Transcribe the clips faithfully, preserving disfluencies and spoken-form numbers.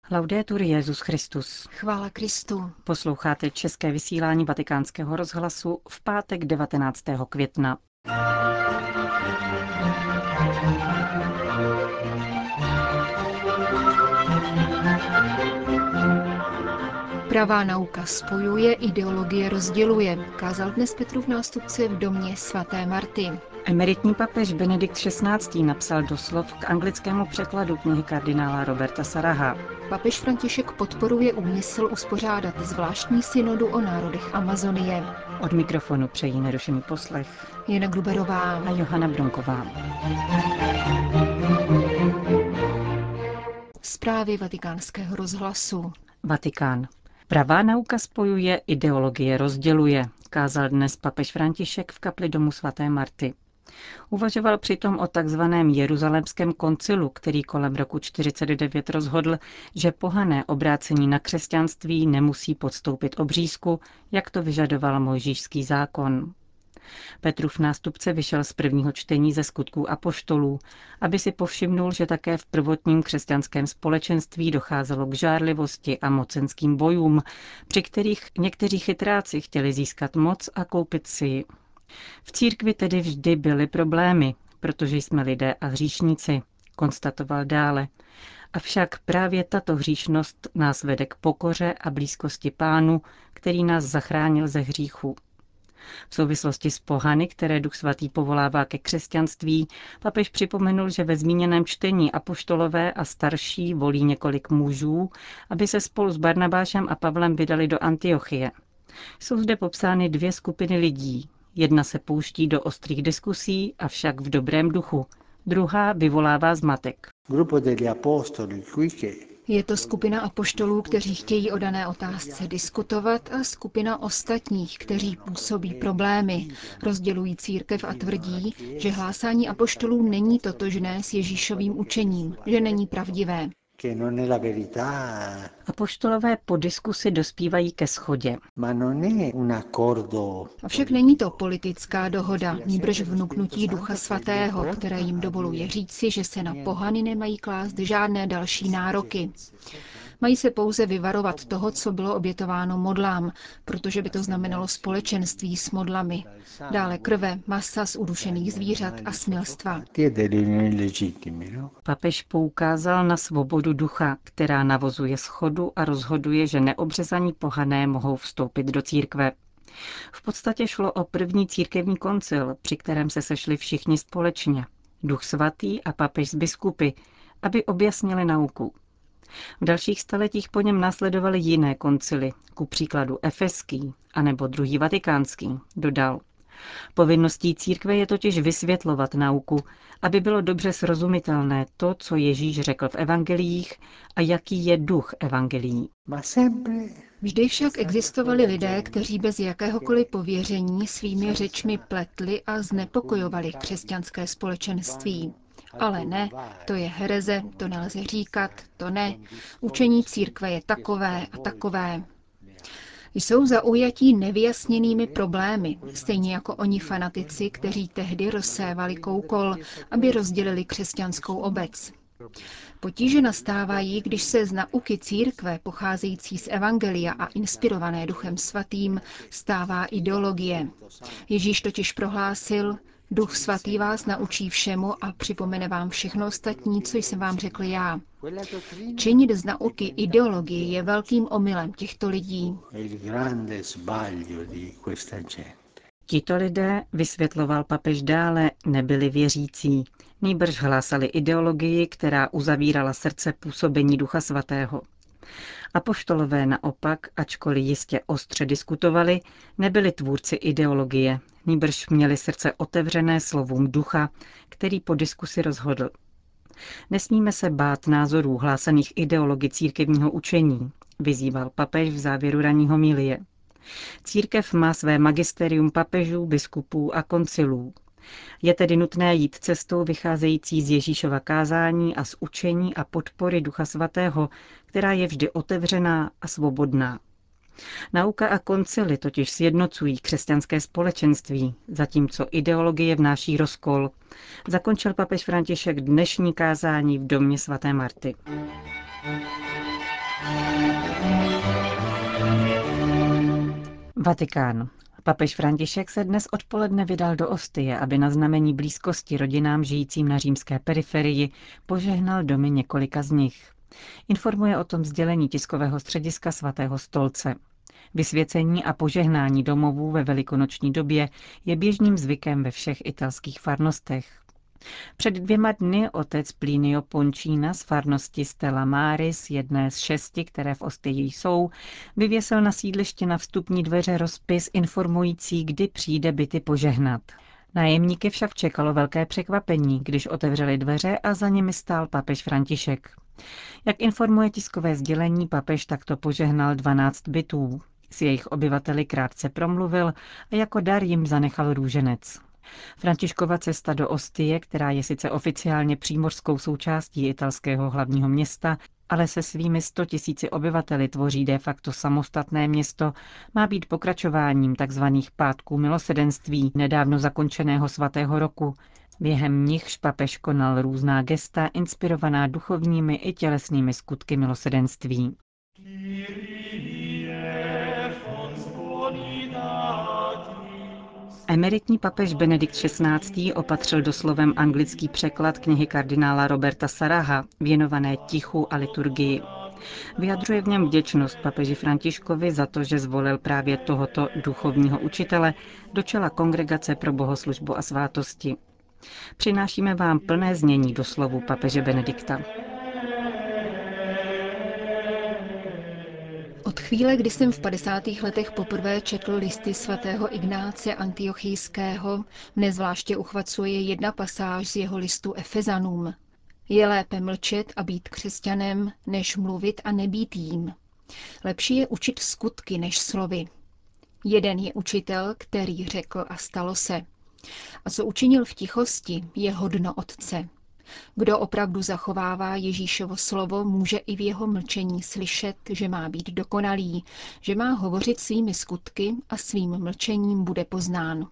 Laudetur Jesus Christus. Chvála Kristu. Posloucháte české vysílání Vatikánského rozhlasu v pátek devatenáctého května. Pravá nauka spojuje, ideologie rozděluje, kázal dnes Petrův nástupce v domě svaté Marty. Emeritní papež Benedikt šestnáctý. Napsal doslov k anglickému překladu knihy kardinála Roberta Saraha. Papež František podporuje úmysl uspořádat zvláštní synodu o národech Amazonie. Od mikrofonu přejí nerušený poslech Jana Gruberová a Johana Bronková. Zprávy Vatikánského rozhlasu. Vatikán. Pravá nauka spojuje, ideologie rozděluje, kázal dnes papež František v kapli domu svaté Marty. Uvažoval přitom o takzvaném Jeruzalémském koncilu, který kolem roku čtyřicet devět rozhodl, že pohané obrácení na křesťanství nemusí podstoupit obřízku, jak to vyžadoval mojžíšský zákon. Petrův nástupce vyšel z prvního čtení ze Skutků apoštolů, aby si povšimnul, že také v prvotním křesťanském společenství docházelo k žárlivosti a mocenským bojům, při kterých někteří chytráci chtěli získat moc a koupit si ji. V církvi tedy vždy byly problémy, protože jsme lidé a hříšníci, konstatoval dále. Avšak právě tato hříšnost nás vede k pokoře a blízkosti Pánu, který nás zachránil ze hříchu. V souvislosti s pohany, které Duch svatý povolává ke křesťanství, papež připomenul, že ve zmíněném čtení apoštolové a starší volí několik mužů, aby se spolu s Barnabášem a Pavlem vydali do Antiochie. Jsou zde popsány dvě skupiny lidí. Jedna se pouští do ostrých diskusí, avšak v dobrém duchu. Druhá vyvolává zmatek. Je to skupina apoštolů, kteří chtějí o dané otázce diskutovat, a skupina ostatních, kteří působí problémy, rozdělují církev a tvrdí, že hlásání apoštolů není totožné s Ježíšovým učením, že není pravdivé. Apoštolové po diskusi dospívají ke shodě. Avšak není to politická dohoda, nýbrž vnuknutí Ducha svatého, které jim dovoluje říci, že se na pohany nemají klást žádné další nároky. Mají se pouze vyvarovat toho, co bylo obětováno modlám, protože by to znamenalo společenství s modlami. Dále krve, masa z udušených zvířat a smilstva. Papež poukázal na svobodu ducha, která navozuje shodu a rozhoduje, že neobřezaní pohané mohou vstoupit do církve. V podstatě šlo o první církevní koncil, při kterém se sešli všichni společně, Duch svatý a papež z biskupy, aby objasnili nauku. V dalších staletích po něm následovaly jiné koncily, ku příkladu Efeský anebo druhý vatikánský, dodal. Povinností církve je totiž vysvětlovat nauku, aby bylo dobře srozumitelné to, co Ježíš řekl v evangeliích a jaký je duch evangelií. Vždy však existovali lidé, kteří bez jakéhokoliv pověření svými řečmi pletli a znepokojovali křesťanské společenství. Ale ne, to je hereze, to nelze říkat, to ne. Učení církve je takové a takové. Jsou zaujatí nevyjasněnými problémy, stejně jako oni fanatici, kteří tehdy rozsévali koukol, aby rozdělili křesťanskou obec. Potíže nastávají, když se z nauky církve, pocházející z evangelia a inspirované Duchem svatým, stává ideologie. Ježíš totiž prohlásil: Duch svatý vás naučí všemu a připomene vám všechno ostatní, co jsem vám řekl já. Činit z nauky ideologii je velkým omylem těchto lidí. Tito lidé, vysvětloval papež dále, nebyli věřící, nýbrž hlásali ideologii, která uzavírala srdce působení Ducha svatého. Apoštolové naopak, ačkoliv jistě ostře diskutovali, nebyli tvůrci ideologie, nýbrž měli srdce otevřené slovům ducha, který po diskusi rozhodl. Nesmíme se bát názorů hlásaných ideologií církevního učení, vyzýval papež v závěru ranní homilie. Církev má své magisterium papežů, biskupů a koncilů. Je tedy nutné jít cestou vycházející z Ježíšova kázání a z učení a podpory Ducha svatého, která je vždy otevřená a svobodná. Nauka a koncily totiž sjednocují křesťanské společenství, zatímco ideologie vnáší rozkol. Zakončil papež František dnešní kázání v domě svaté Marty. Vatikán. Papež František se dnes odpoledne vydal do Ostie, aby na znamení blízkosti rodinám žijícím na římské periferii požehnal domy několika z nich. Informuje o tom sdělení tiskového střediska Svatého stolce. Vysvěcení a požehnání domovů ve velikonoční době je běžným zvykem ve všech italských farnostech. Před dvěma dny otec Plinio Poncina z farnosti Stella Maris, jedné z šesti, které v Ostii jsou, vyvěsil na sídliště na vstupní dveře rozpis informující, kdy přijde byty požehnat. Nájemníky však čekalo velké překvapení, když otevřeli dveře a za nimi stál papež František. Jak informuje tiskové sdělení, papež takto požehnal dvanáct bytů. S jejich obyvateli krátce promluvil a jako dar jim zanechal růženec. Františkova cesta do Ostie, která je sice oficiálně přímořskou součástí italského hlavního města, ale se svými sto tisíci obyvateli tvoří de facto samostatné město, má být pokračováním tzv. Pátků milosedenství nedávno zakončeného svatého roku. Během nichž papež konal různá gesta, inspirovaná duchovními i tělesnými skutky milosedenství. Emeritní papež Benedikt šestnáctý. Opatřil doslovem anglický překlad knihy kardinála Roberta Saraha, věnované tichu a liturgii. Vyjadřuje v něm vděčnost papeži Františkovi za to, že zvolil právě tohoto duchovního učitele do čela Kongregace pro bohoslužbu a svátosti. Přinášíme vám plné znění doslovu papeže Benedikta. Od chvíle, kdy jsem v padesátých letech poprvé četl listy svatého Ignáce Antiochijského, mne zvláště uchvacuje jedna pasáž z jeho listu Efezanům. Je lépe mlčet a být křesťanem, než mluvit a nebýt jím. Lepší je učit skutky než slovy. Jeden je učitel, který řekl a stalo se. A co učinil v tichosti, je hodno otce. Kdo opravdu zachovává Ježíšovo slovo, může i v jeho mlčení slyšet, že má být dokonalý, že má hovořit svými skutky a svým mlčením bude poznán.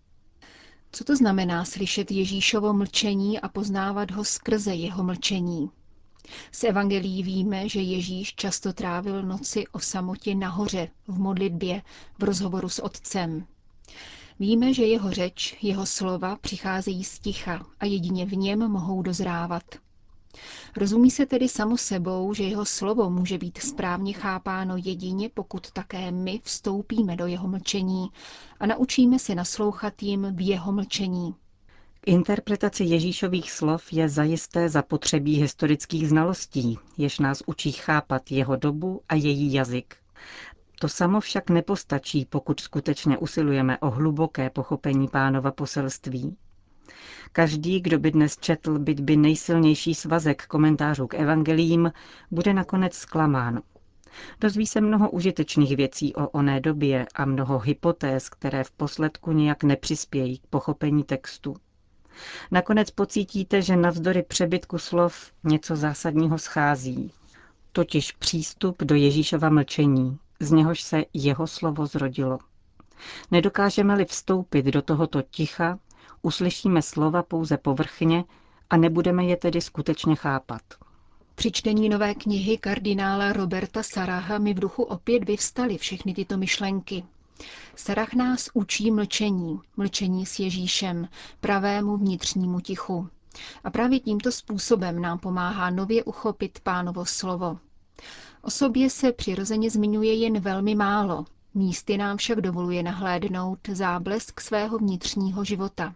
Co to znamená slyšet Ježíšovo mlčení a poznávat ho skrze jeho mlčení? Z evangelií víme, že Ježíš často trávil noci o samotě nahoře, v modlitbě, v rozhovoru s otcem. Víme, že jeho řeč, jeho slova přicházejí z ticha a jedině v něm mohou dozrávat. Rozumí se tedy samo sebou, že jeho slovo může být správně chápáno jedině, pokud také my vstoupíme do jeho mlčení a naučíme se naslouchat jim v jeho mlčení. K interpretaci Ježíšových slov je zajisté zapotřebí historických znalostí, jež nás učí chápat jeho dobu a její jazyk. To samo však nepostačí, pokud skutečně usilujeme o hluboké pochopení Pánova poselství. Každý, kdo by dnes četl byť by nejsilnější svazek komentářů k evangeliím, bude nakonec zklamán. Dozví se mnoho užitečných věcí o oné době a mnoho hypotéz, které v posledku nijak nepřispějí k pochopení textu. Nakonec pocítíte, že navzdory přebytku slov něco zásadního schází, totiž přístup do Ježíšova mlčení, z něhož se jeho slovo zrodilo. Nedokážeme-li vstoupit do tohoto ticha, uslyšíme slova pouze povrchně a nebudeme je tedy skutečně chápat. Při čtení nové knihy kardinála Roberta Saraha mi v duchu opět vyvstaly všechny tyto myšlenky. Sarah nás učí mlčení, mlčení s Ježíšem, pravému vnitřnímu tichu. A právě tímto způsobem nám pomáhá nově uchopit Pánovo slovo. O sobě se přirozeně zmiňuje jen velmi málo, místy nám však dovoluje nahlédnout záblesk svého vnitřního života.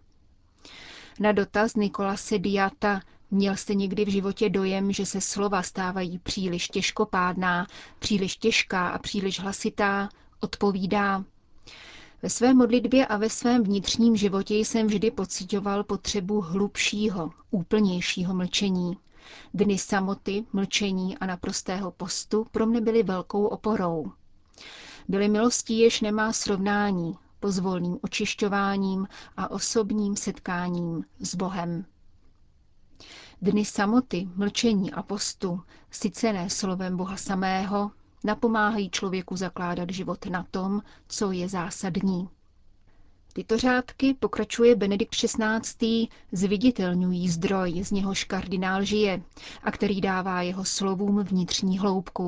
Na dotaz Nikolase Diata, měl jste někdy v životě dojem, že se slova stávají příliš těžkopádná, příliš těžká a příliš hlasitá, odpovídá: ve své modlitbě a ve svém vnitřním životě jsem vždy pociťoval potřebu hlubšího, úplnějšího mlčení. Dny samoty, mlčení a naprostého postu pro mne byly velkou oporou. Byly milostí, jež nemá srovnání, pozvolným očišťováním a osobním setkáním s Bohem. Dny samoty, mlčení a postu, sice ne slovem Boha samého, napomáhají člověku zakládat život na tom, co je zásadní. Tyto řádky, pokračuje Benedikt šestnáctý., zviditelňují zdroj, z něhož kardinál žije a který dává jeho slovům vnitřní hloubku.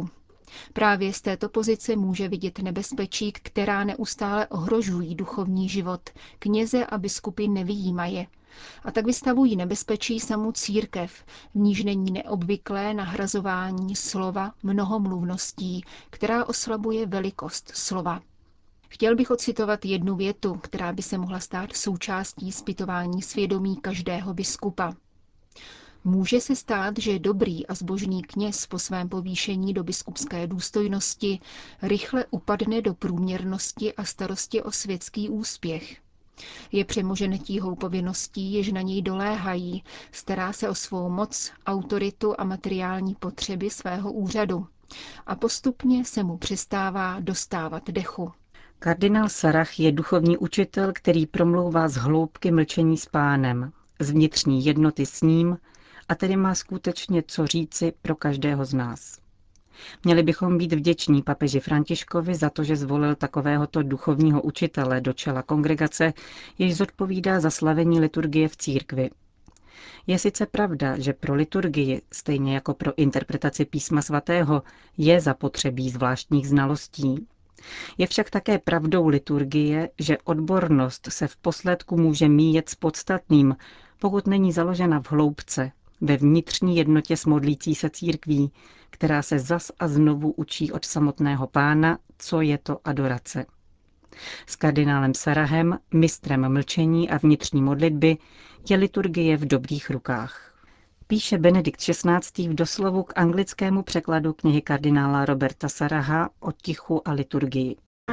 Právě z této pozice může vidět nebezpečí, která neustále ohrožují duchovní život. Kněze a biskupy nevyjímaje. A tak vystavují nebezpečí samu církev, v níž není neobvyklé nahrazování slova mnohomluvností, která oslabuje velikost slova. Chtěl bych ocitovat jednu větu, která by se mohla stát součástí zpytování svědomí každého biskupa. Může se stát, že dobrý a zbožný kněz po svém povýšení do biskupské důstojnosti rychle upadne do průměrnosti a starosti o světský úspěch. Je přemožen tíhou povinností, jež na něj doléhají, stará se o svou moc, autoritu a materiální potřeby svého úřadu. A postupně se mu přestává dostávat dechu. Kardinál Sarah je duchovní učitel, který promlouvá z hloubky mlčení s Pánem, z vnitřní jednoty s ním, a tedy má skutečně co říci pro každého z nás. Měli bychom být vděční papeži Františkovi za to, že zvolil takovéhoto duchovního učitele do čela kongregace, jež zodpovídá za slavení liturgie v církvi. Je sice pravda, že pro liturgii, stejně jako pro interpretaci písma svatého, je zapotřebí zvláštních znalostí. Je však také pravdou liturgie, že odbornost se v posledku může míjet s podstatným, pokud není založena v hloubce, ve vnitřní jednotě s modlící se církví, která se zas a znovu učí od samotného Pána, co je to adorace. S kardinálem Sarahem, mistrem mlčení a vnitřní modlitby, je liturgie v dobrých rukách. Píše Benedikt šestnáctý. v doslovu k anglickému překladu knihy kardinála Roberta Saraha o tichu a liturgii.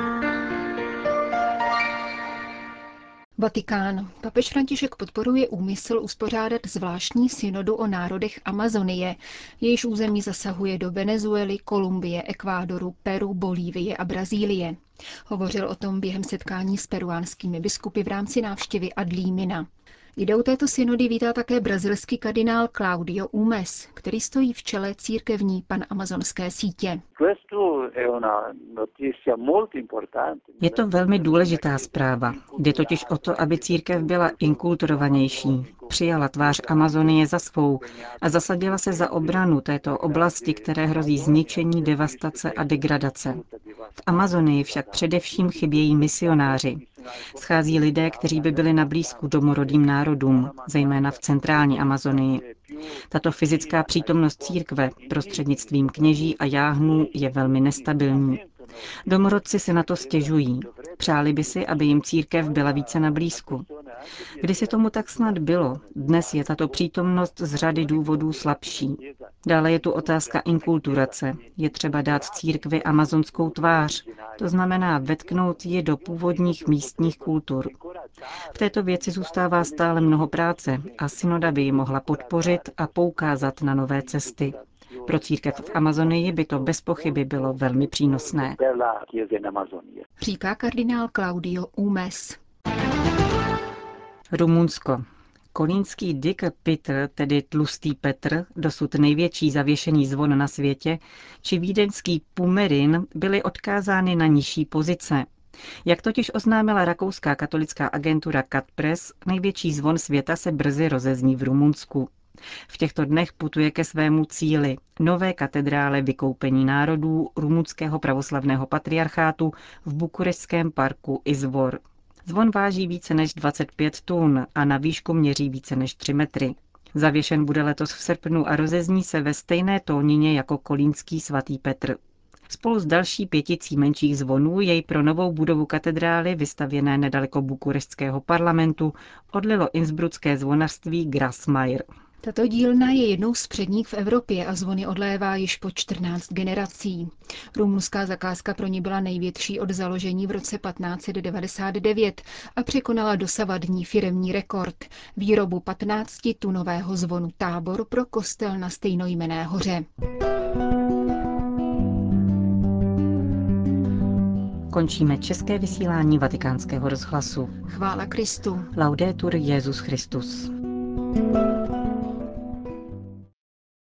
Vatikán. Papež František podporuje úmysl uspořádat zvláštní synodu o národech Amazonie, jejíž území zasahuje do Venezuely, Kolumbie, Ekvádoru, Peru, Bolívie a Brazílie. Hovořil o tom během setkání s peruánskými biskupy v rámci návštěvy Adlímina. Ideu této synody vítá také brazilský kardinál Claudio Umes, který stojí v čele církevní panamazonské sítě. Je to velmi důležitá zpráva. Jde totiž o to, aby církev byla inkulturovanější, přijala tvář Amazonie za svou a zasadila se za obranu této oblasti, které hrozí zničení, devastace a degradace. V Amazonii však především chybějí misionáři. Schází lidé, kteří by byli na blízku domorodým národům, zejména v centrální Amazonii. Tato fyzická přítomnost církve prostřednictvím kněží a jáhnů je velmi nestabilní. Domorodci se na to stěžují. Přáli by si, aby jim církev byla více na blízku. Kdysi tomu tak snad bylo, dnes je tato přítomnost z řady důvodů slabší. Dále je tu otázka inkulturace. Je třeba dát církvi amazonskou tvář, to znamená vetknout ji do původních místních kultur. V této věci zůstává stále mnoho práce a synoda by ji mohla podpořit a poukázat na nové cesty. Pro církev v Amazonii by to bez pochyby bylo velmi přínosné. Říká kardinál Claudio Umes. Rumunsko. Kolínský Dicker Peter, tedy tlustý Petr, dosud největší zavěšený zvon na světě, či vídeňský Pumerin byly odkázány na nižší pozice. Jak totiž oznámila rakouská katolická agentura Katpress, největší zvon světa se brzy rozezní v Rumunsku. V těchto dnech putuje ke svému cíli nové katedrále vykoupení národů rumunského pravoslavného patriarchátu v bukurešťském parku Izvor. Zvon váží více než dvacet pět tun a na výšku měří více než tři metry. Zavěšen bude letos v srpnu a rozezní se ve stejné tónině jako kolínský svatý Petr. Spolu s další pěticí menších zvonů jej pro novou budovu katedrály, vystavěné nedaleko bukurešťského parlamentu, odlilo innsbrucké zvonařství Grasmayer. Tato dílna je jednou z předních v Evropě a zvony odlévá již po čtrnáct generací. Rumunská zakázka pro ní byla největší od založení v roce patnáct set devadesát devět a překonala dosavadní firemní rekord – výrobu patnáctitunového zvonu Tábor pro kostel na stejnojmenné hoře. Končíme české vysílání Vatikánského rozhlasu. Chvála Kristu. Laudetur Jesus Christus.